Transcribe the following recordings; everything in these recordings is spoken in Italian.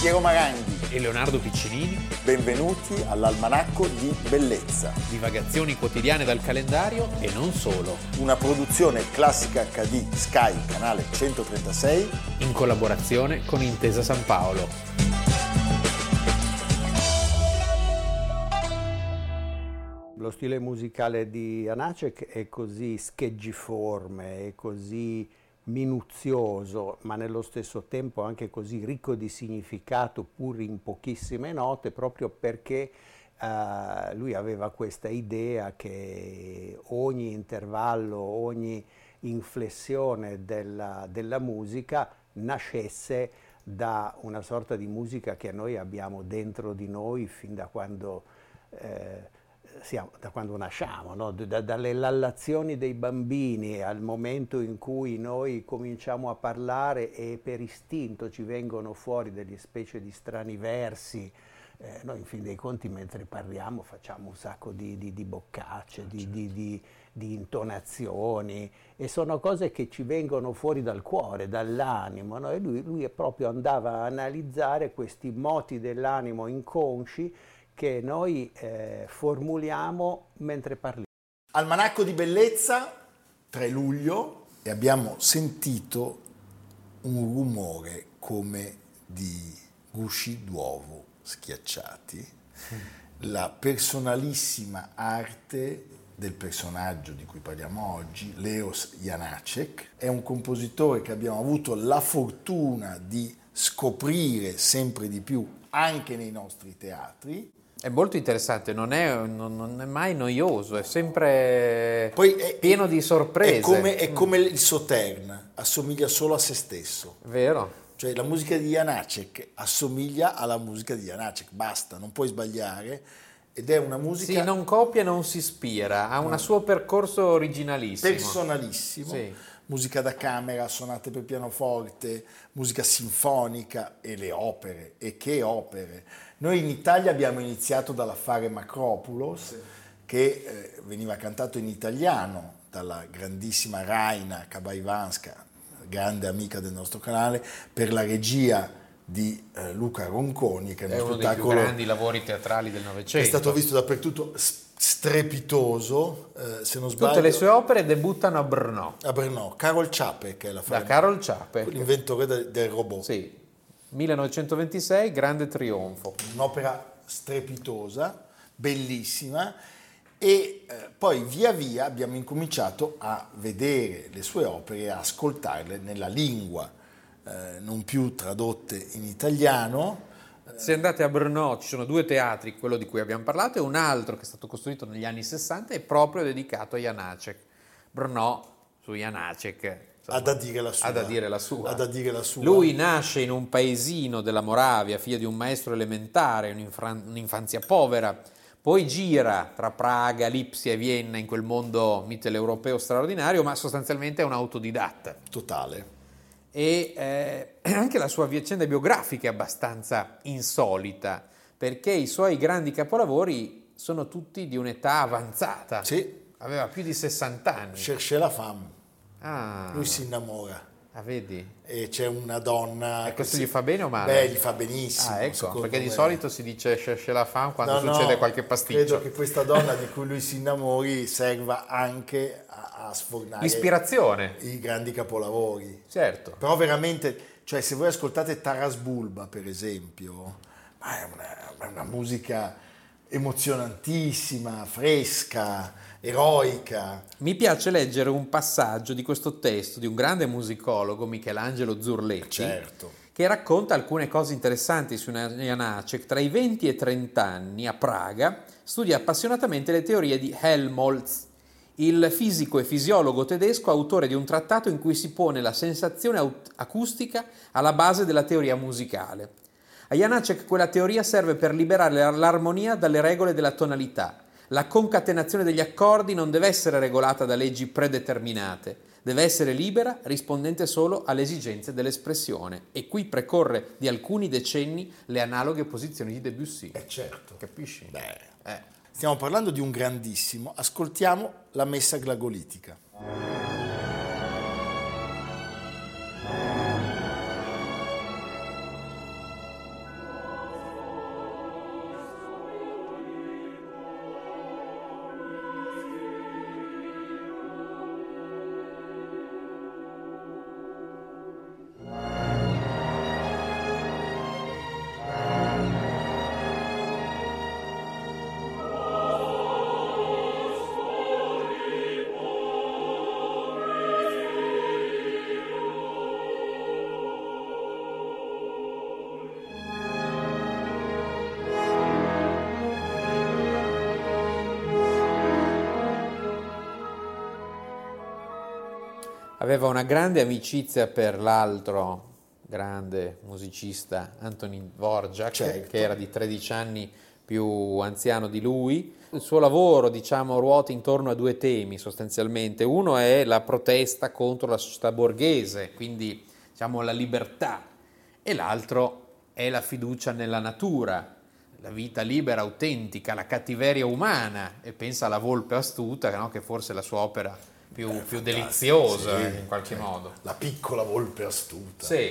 Piero Maranghi e Leonardo Piccinini. Benvenuti all'Almanacco di Bellezza. Divagazioni quotidiane dal calendario e non solo. Una produzione Classica HD Sky, canale 136, in collaborazione con Intesa San Paolo. Lo stile musicale di Janáček è così scheggiforme, è così minuzioso, ma nello stesso tempo anche così ricco di significato pur in pochissime note, proprio perché lui aveva questa idea che ogni intervallo, ogni inflessione della musica nascesse da una sorta di musica che noi abbiamo dentro di noi fin da quando nasciamo, no? Dalle lallazioni dei bambini al momento in cui noi cominciamo a parlare e per istinto ci vengono fuori delle specie di strani versi. Noi in fin dei conti mentre parliamo facciamo un sacco di boccacce, di intonazioni, e sono cose che ci vengono fuori dal cuore, dall'animo, no? E lui proprio andava a analizzare questi moti dell'animo inconsci che noi formuliamo mentre parliamo. Almanacco di Bellezza, 3 luglio, e abbiamo sentito un rumore come di gusci d'uovo schiacciati, la personalissima arte del personaggio di cui parliamo oggi, Leos Janáček. È un compositore che abbiamo avuto la fortuna di scoprire sempre di più anche nei nostri teatri. È molto interessante, non è mai noioso, è sempre pieno di sorprese. È come il Sauterne, assomiglia solo a se stesso. Vero. Cioè la musica di Janáček assomiglia alla musica di Janáček, basta, non puoi sbagliare, ed è una musica... Sì, non copia, non si ispira, ha un suo percorso originalissimo. Personalissimo, sì. Musica da camera, sonate per pianoforte, musica sinfonica e le opere, e che opere! Noi in Italia abbiamo iniziato dall'affare Macropulos, che veniva cantato in italiano dalla grandissima Raina Kabaivanska, grande amica del nostro canale, per la regia di Luca Ronconi, che è uno dei più grandi lavori teatrali del Novecento. È stato visto dappertutto, strepitoso, se non sbaglio. Tutte le sue opere debuttano a Brno. A Brno, Karol Čapek è la Da Karol Čapek, l'inventore del robot. Sì, 1926, grande trionfo. Un'opera strepitosa, bellissima, e poi via via abbiamo incominciato a vedere le sue opere e a ascoltarle nella lingua, non più tradotte in italiano. Se andate a Brno ci sono 2 teatri, quello di cui abbiamo parlato e un altro che è stato costruito negli anni 60 e proprio dedicato a Janáček. Brno su Janáček ha da dire la sua. Lui nasce in un paesino della Moravia, figlio di un maestro elementare, un'infanzia povera, poi gira tra Praga, Lipsia e Vienna in quel mondo mitteleuropeo straordinario, ma sostanzialmente è un autodidatta. Totale. E anche la sua vicenda biografica è abbastanza insolita, perché i suoi grandi capolavori sono tutti di un'età avanzata. Sì. Aveva più di 60 anni. Cherchez la femme. Ah. Lui si innamora. Ah, vedi? E c'è una donna... E questo gli fa bene o male? Beh, gli fa benissimo. Ah, ecco, perché di solito si dice cherchez la femme quando succede qualche pasticcio. Credo che questa donna di cui lui si innamori serva anche a sfornare... Ispirazione. I grandi capolavori. Certo. Però veramente, cioè se voi ascoltate Taras Bulba, per esempio, è una musica emozionantissima, fresca, eroica. Mi piace leggere un passaggio di questo testo di un grande musicologo, Michelangelo Zurletti, certo, che racconta alcune cose interessanti su Janáček. Tra i 20 e 30 anni a Praga studia appassionatamente le teorie di Helmholtz, il fisico e fisiologo tedesco autore di un trattato in cui si pone la sensazione acustica alla base della teoria musicale. A Janáček quella teoria serve per liberare l'armonia dalle regole della tonalità. La concatenazione degli accordi non deve essere regolata da leggi predeterminate, deve essere libera, rispondente solo alle esigenze dell'espressione. E qui precorre di alcuni decenni le analoghe posizioni di Debussy. Certo. Capisci? Stiamo parlando di un grandissimo. Ascoltiamo la messa glagolitica. Aveva una grande amicizia per l'altro grande musicista Antonín Dvořák, Certo. che era di 13 anni più anziano di lui. Il suo lavoro, diciamo, ruota intorno a due temi sostanzialmente. Uno è la protesta contro la società borghese, quindi diciamo la libertà, e l'altro è la fiducia nella natura, la vita libera, autentica, la cattiveria umana, e pensa alla Volpe astuta, no? Che forse è la sua opera più deliziosa, sì, in qualche modo. La piccola volpe astuta. Sì.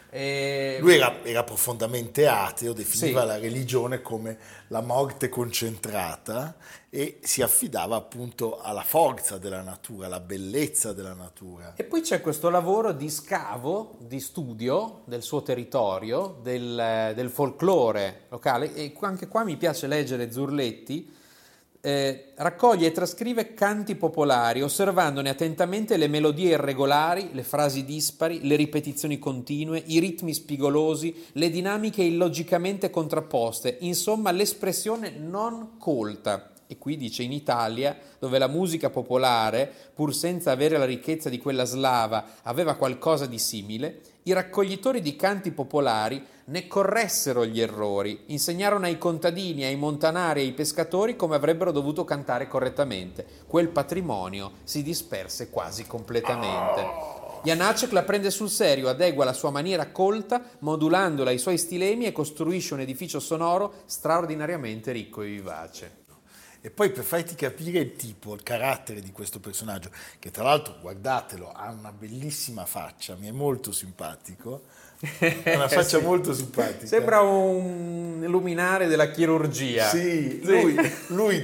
Lui era profondamente ateo, definiva Sì. la religione come la morte concentrata e si affidava appunto alla forza della natura, alla bellezza della natura. E poi c'è questo lavoro di scavo, di studio del suo territorio, del folklore locale, e anche qua mi piace leggere Zurletti. Raccoglie e trascrive canti popolari, osservandone attentamente le melodie irregolari, le frasi dispari, le ripetizioni continue, i ritmi spigolosi, le dinamiche illogicamente contrapposte, insomma l'espressione non colta. E qui dice: in Italia, dove la musica popolare, pur senza avere la ricchezza di quella slava, aveva qualcosa di simile, i raccoglitori di canti popolari ne corressero gli errori, insegnarono ai contadini, ai montanari e ai pescatori come avrebbero dovuto cantare correttamente. Quel patrimonio si disperse quasi completamente. Janáček la prende sul serio, adegua la sua maniera colta, modulandola ai suoi stilemi, e costruisce un edificio sonoro straordinariamente ricco e vivace. E poi per farti capire il carattere di questo personaggio, che tra l'altro, guardatelo, ha una bellissima faccia, mi è molto simpatico, ha una faccia Sì. molto simpatica. Sembra un luminare della chirurgia. Sì, Sì. lui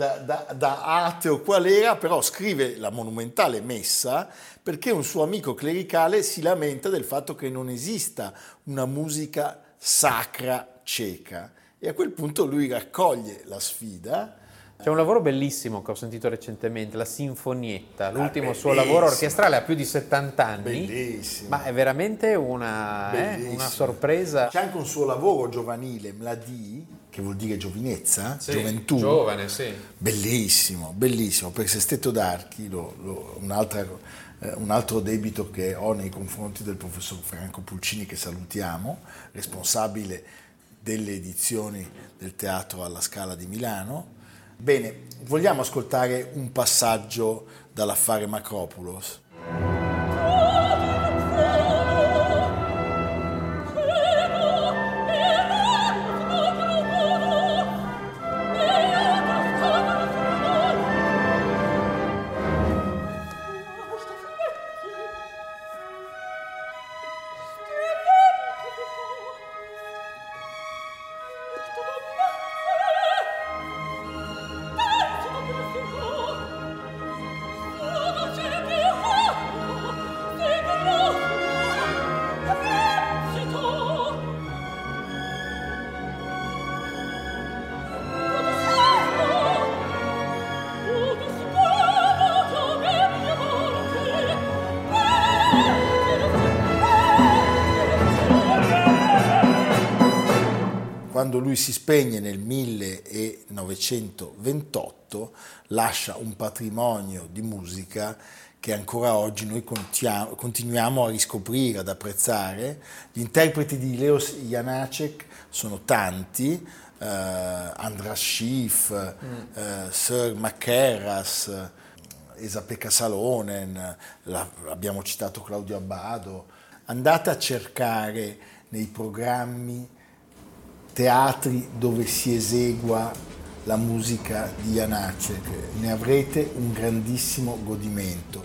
da ateo qual era, però scrive la monumentale Messa perché un suo amico clericale si lamenta del fatto che non esista una musica sacra ceca, e a quel punto lui raccoglie la sfida. C'è un lavoro bellissimo che ho sentito recentemente, la Sinfonietta, l'ultimo suo bellissimo. lavoro orchestrale, ha più di 70 anni. Bellissimo. Ma è veramente una sorpresa. C'è anche un suo lavoro giovanile, Mladí, che vuol dire giovinezza, Sì, gioventù. giovane, sì. Bellissimo, bellissimo. Per Sestetto d'Archi, un altro debito che ho nei confronti del professor Franco Pulcini, che salutiamo, responsabile delle edizioni del Teatro alla Scala di Milano. Bene, vogliamo ascoltare un passaggio dall'affare Macropulos? Quando lui si spegne nel 1928, lascia un patrimonio di musica che ancora oggi noi continuiamo a riscoprire, ad apprezzare. Gli interpreti di Leos Janáček sono tanti, András Schiff, Sir Mackerras, Esa-Pekka Salonen, abbiamo citato Claudio Abbado. Andate a cercare nei programmi teatri dove si esegua la musica di Janáček, ne avrete un grandissimo godimento.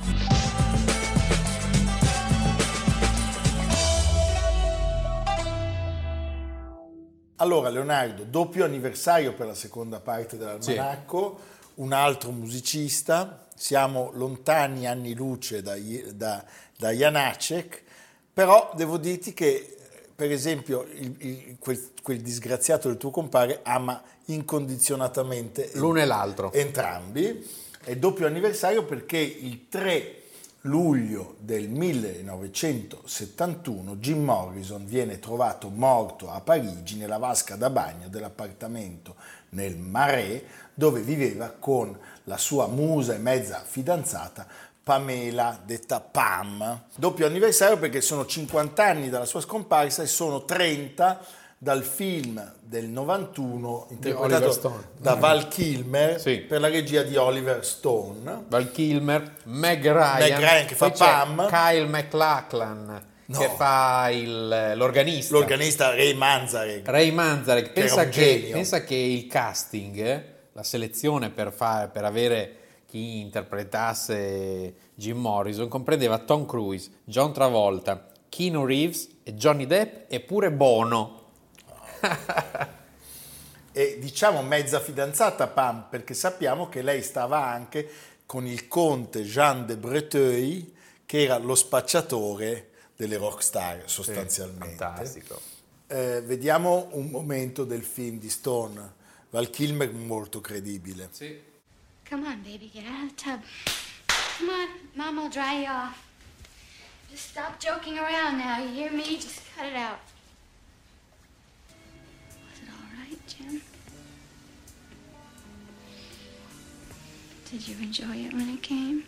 Allora Leonardo, doppio anniversario per la seconda parte dell'almanacco, un altro musicista, siamo lontani anni luce da Janáček, però devo dirti che per esempio quel disgraziato del tuo compare ama incondizionatamente l'uno e l'altro, entrambi. È doppio anniversario perché il 3 luglio del 1971 Jim Morrison viene trovato morto a Parigi nella vasca da bagno dell'appartamento nel Marais, dove viveva con la sua musa e mezza fidanzata Pamela, detta Pam. Doppio anniversario perché sono 50 anni dalla sua scomparsa e sono 30 dal film del 91 interpretato da Val Kilmer per la regia di Oliver Stone. Val Kilmer, Meg Ryan che fa Pam, Kyle MacLachlan che fa l'organista Ray Manzarek. Pensa che il casting, la selezione per avere chi interpretasse Jim Morrison comprendeva Tom Cruise, John Travolta, Keanu Reeves e Johnny Depp e pure Bono. E diciamo mezza fidanzata Pam, perché sappiamo che lei stava anche con il conte Jean de Breteuil, che era lo spacciatore delle rockstar sostanzialmente. Fantastico. Vediamo un momento del film di Stone. Val Kilmer molto credibile. Sì. Come on, baby, get out of the tub. Come on, Mom will dry you off. Just stop joking around now, you hear me? Just cut it out. Was it all right, Jim? Did you enjoy it when it came?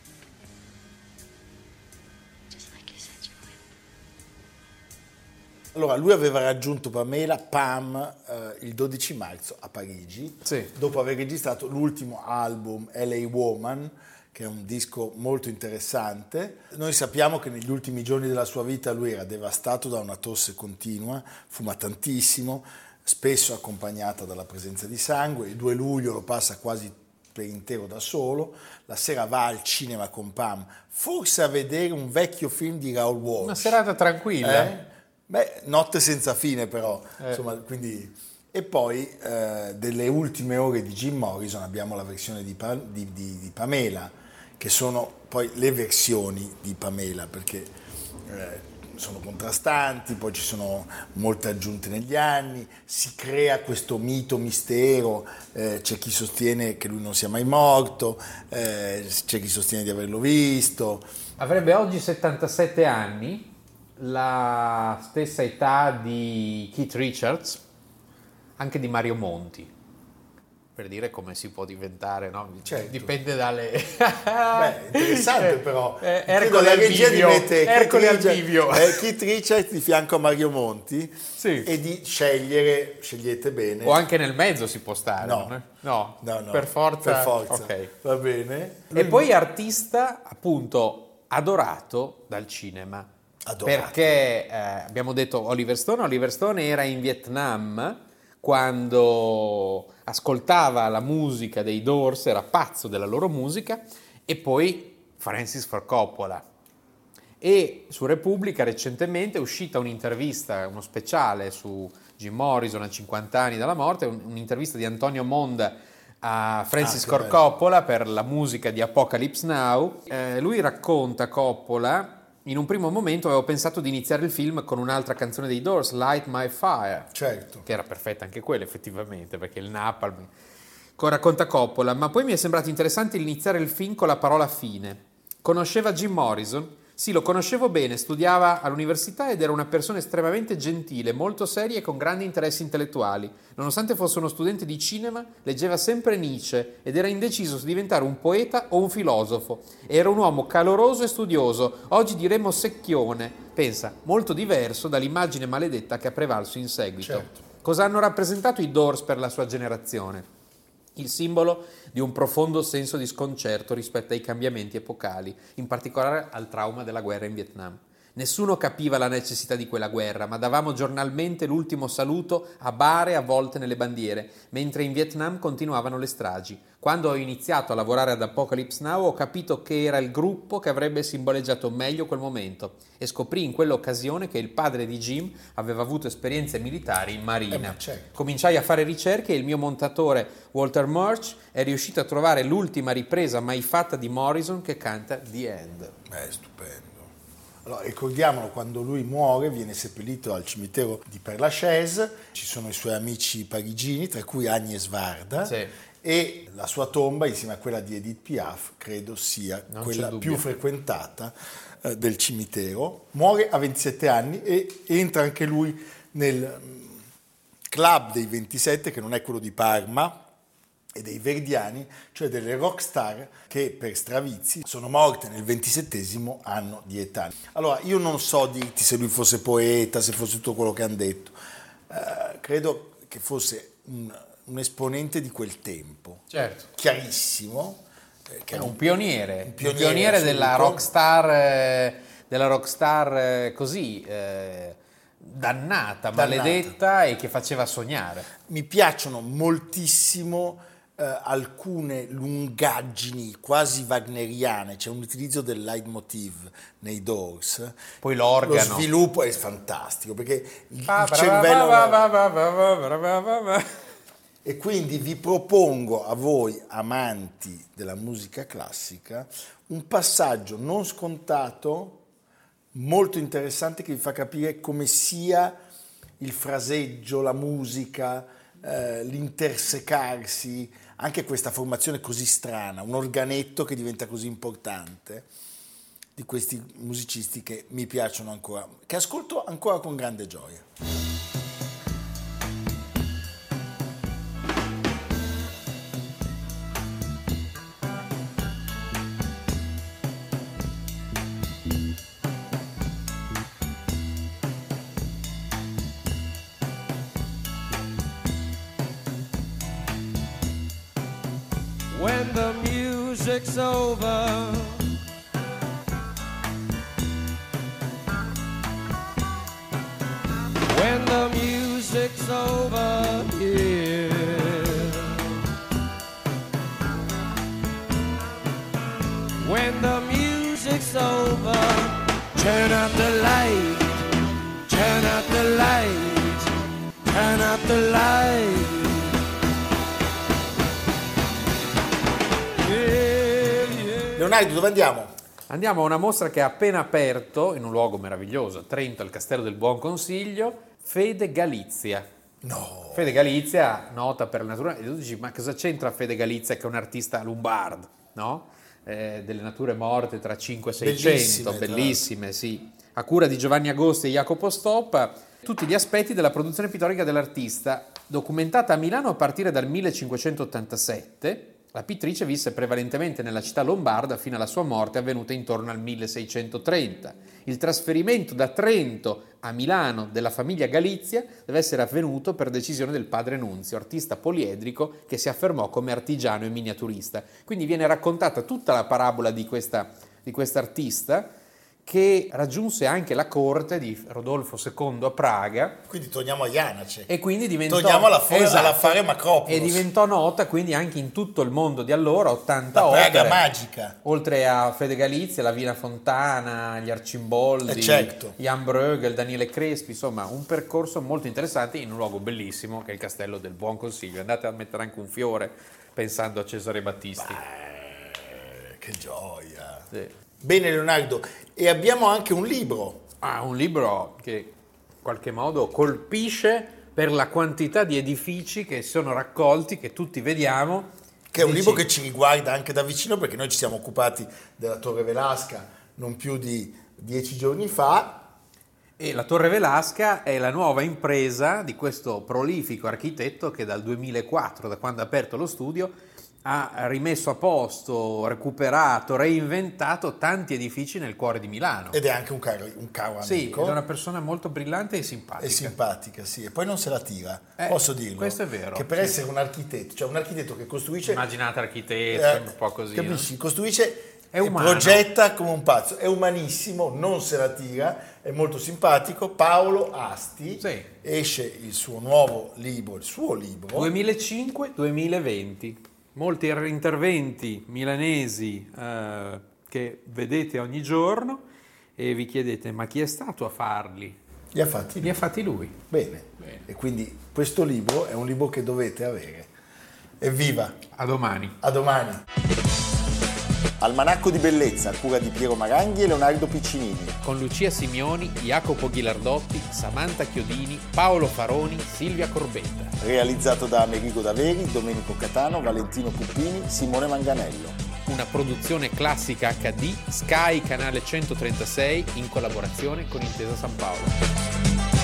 Just like you said you would. Allora, lui aveva raggiunto Pam il 12 marzo a Parigi, dopo aver registrato l'ultimo album LA Woman, che è un disco molto interessante. Noi sappiamo che negli ultimi giorni della sua vita lui era devastato da una tosse continua, fuma tantissimo, spesso accompagnata dalla presenza di sangue. Il 2 luglio lo passa quasi per intero da solo, la sera va al cinema con Pam, forse a vedere un vecchio film di Raoul Walsh. Una serata tranquilla. Notte senza fine però, insomma, quindi... E poi delle ultime ore di Jim Morrison abbiamo la versione di Pamela, che sono poi le versioni di Pamela, perché sono contrastanti, poi ci sono molte aggiunte negli anni, si crea questo mito mistero, c'è chi sostiene che lui non sia mai morto, c'è chi sostiene di averlo visto. Avrebbe oggi 77 anni, la stessa età di Keith Richards, anche di Mario Monti, per dire come si può diventare, no? Certo. Dipende dalle... Interessante però. Ercole al bivio. Keith Richards di fianco a Mario Monti, e di scegliete bene. O anche nel mezzo si può stare. No. Per forza. Okay. Va bene. E poi artista appunto adorato dal cinema. Perché abbiamo detto Oliver Stone era in Vietnam quando ascoltava la musica dei Doors, era pazzo della loro musica, e poi Francis Ford Coppola. E su Repubblica recentemente è uscita un'intervista, uno speciale su Jim Morrison a 50 anni dalla morte, un'intervista di Antonio Monda a Francis Ford Coppola per la musica di Apocalypse Now. Lui racconta, Coppola: in un primo momento avevo pensato di iniziare il film con un'altra canzone dei Doors, Light My Fire, certo, che era perfetta anche quella effettivamente, perché il napalm, racconta Coppola, ma poi mi è sembrato interessante iniziare il film con la parola fine. Conosceva Jim Morrison? Sì, lo conoscevo bene, studiava all'università ed era una persona estremamente gentile, molto seria e con grandi interessi intellettuali. Nonostante fosse uno studente di cinema, leggeva sempre Nietzsche ed era indeciso se diventare un poeta o un filosofo. Era un uomo caloroso e studioso, oggi diremmo secchione, pensa, molto diverso dall'immagine maledetta che ha prevalso in seguito. Certo. Cosa hanno rappresentato i Doors per la sua generazione? Il simbolo di un profondo senso di sconcerto rispetto ai cambiamenti epocali, in particolare al trauma della guerra in Vietnam. Nessuno capiva la necessità di quella guerra, ma davamo giornalmente l'ultimo saluto a bare avvolte nelle bandiere, mentre in Vietnam continuavano le stragi. Quando ho iniziato a lavorare ad Apocalypse Now ho capito che era il gruppo che avrebbe simboleggiato meglio quel momento e scoprì in quell'occasione che il padre di Jim aveva avuto esperienze militari in marina. Certo. Cominciai a fare ricerche e il mio montatore Walter Murch è riuscito a trovare l'ultima ripresa mai fatta di Morrison che canta The End. È stupendo. Allora, ricordiamolo, quando lui muore viene seppellito al cimitero di Père Lachaise, ci sono i suoi amici parigini, tra cui Agnès Varda, e la sua tomba, insieme a quella di Edith Piaf, credo sia quella più frequentata del cimitero. Muore a 27 anni e entra anche lui nel club dei 27, che non è quello di Parma, e dei verdiani, cioè delle rock star che per Stravinsky sono morte nel 27° anno di età. Allora, io non so dirti se lui fosse poeta, se fosse tutto quello che hanno detto, credo che fosse un esponente di quel tempo, certo, chiarissimo, che era un pioniere della rockstar così dannata, maledetta e che faceva sognare. Mi piacciono moltissimo alcune lungaggini quasi wagneriane, c'è un utilizzo del leitmotiv nei Doors. Poi l'organo. Lo sviluppo è fantastico perché il cervello... E quindi vi propongo a voi, amanti della musica classica, un passaggio non scontato, molto interessante, che vi fa capire come sia il fraseggio, la musica, l'intersecarsi, anche questa formazione così strana, un organetto che diventa così importante, di questi musicisti che mi piacciono ancora, che ascolto ancora con grande gioia. When the music's over, when the music's over, yeah. When the music's over, turn out the light, turn out the light, turn out the light. Leonardo, dove andiamo? Andiamo a una mostra che ha appena aperto in un luogo meraviglioso, a Trento, al Castello del Buon Consiglio, Fede Galizia. No. Fede Galizia, nota per la natura, e tu dici, ma cosa c'entra Fede Galizia, che è un artista lombard, no? Delle nature morte tra 500 e 600, bellissime, sì. A cura di Giovanni Agosti e Jacopo Stoppa, tutti gli aspetti della produzione pittorica dell'artista, documentata a Milano a partire dal 1587. La pittrice visse prevalentemente nella città lombarda fino alla sua morte avvenuta intorno al 1630. Il trasferimento da Trento a Milano della famiglia Galizia deve essere avvenuto per decisione del padre Nunzio, artista poliedrico che si affermò come artigiano e miniaturista. Quindi viene raccontata tutta la parabola di quest'artista che raggiunse anche la corte di Rodolfo II a Praga. Quindi torniamo a Janacek. E quindi diventò... Torniamo all'affare Macropulos. E diventò nota quindi anche in tutto il mondo di allora, 80 la opere. Praga magica. Oltre a Fede Galizia, la Vina Fontana, gli Arcimboldi, certo. Jan Bruegel, Daniele Crespi, insomma un percorso molto interessante in un luogo bellissimo che è il Castello del Buon Consiglio. Andate a mettere anche un fiore pensando a Cesare Battisti. Che gioia. Sì. Bene Leonardo, e abbiamo anche un libro. Un libro che in qualche modo colpisce per la quantità di edifici che sono raccolti, che tutti vediamo. Che è un libro che ci riguarda anche da vicino, perché noi ci siamo occupati della Torre Velasca non più di 10 giorni fa. E la Torre Velasca è la nuova impresa di questo prolifico architetto che dal 2004, da quando ha aperto lo studio, ha rimesso a posto, recuperato, reinventato tanti edifici nel cuore di Milano. Ed è anche un caro amico. Sì, è una persona molto brillante e simpatica. È simpatica, sì. E poi non se la tira, posso dirlo. Questo è vero. Che per essere un architetto, cioè un architetto che costruisce... Immaginate architetto, un po' così. Capisci? No? Costruisce è e progetta come un pazzo. È umanissimo, non se la tira, è molto simpatico. Paolo Asti, sì. Esce il suo nuovo libro, 2005-2020. Molti interventi milanesi che vedete ogni giorno e vi chiedete ma chi è stato a farli? Li ha fatti lui. Bene. E quindi questo libro è un libro che dovete avere. Evviva! A domani. A domani. Almanacco di bellezza a cura di Piero Maranghi e Leonardo Piccinini. Con Lucia Simioni, Jacopo Ghilardotti, Samantha Chiodini, Paolo Faroni, Silvia Corbetta. Realizzato da Amerigo Daveri, Domenico Catano, Valentino Puppini, Simone Manganello. Una produzione classica HD, Sky Canale 136 in collaborazione con Intesa San Paolo.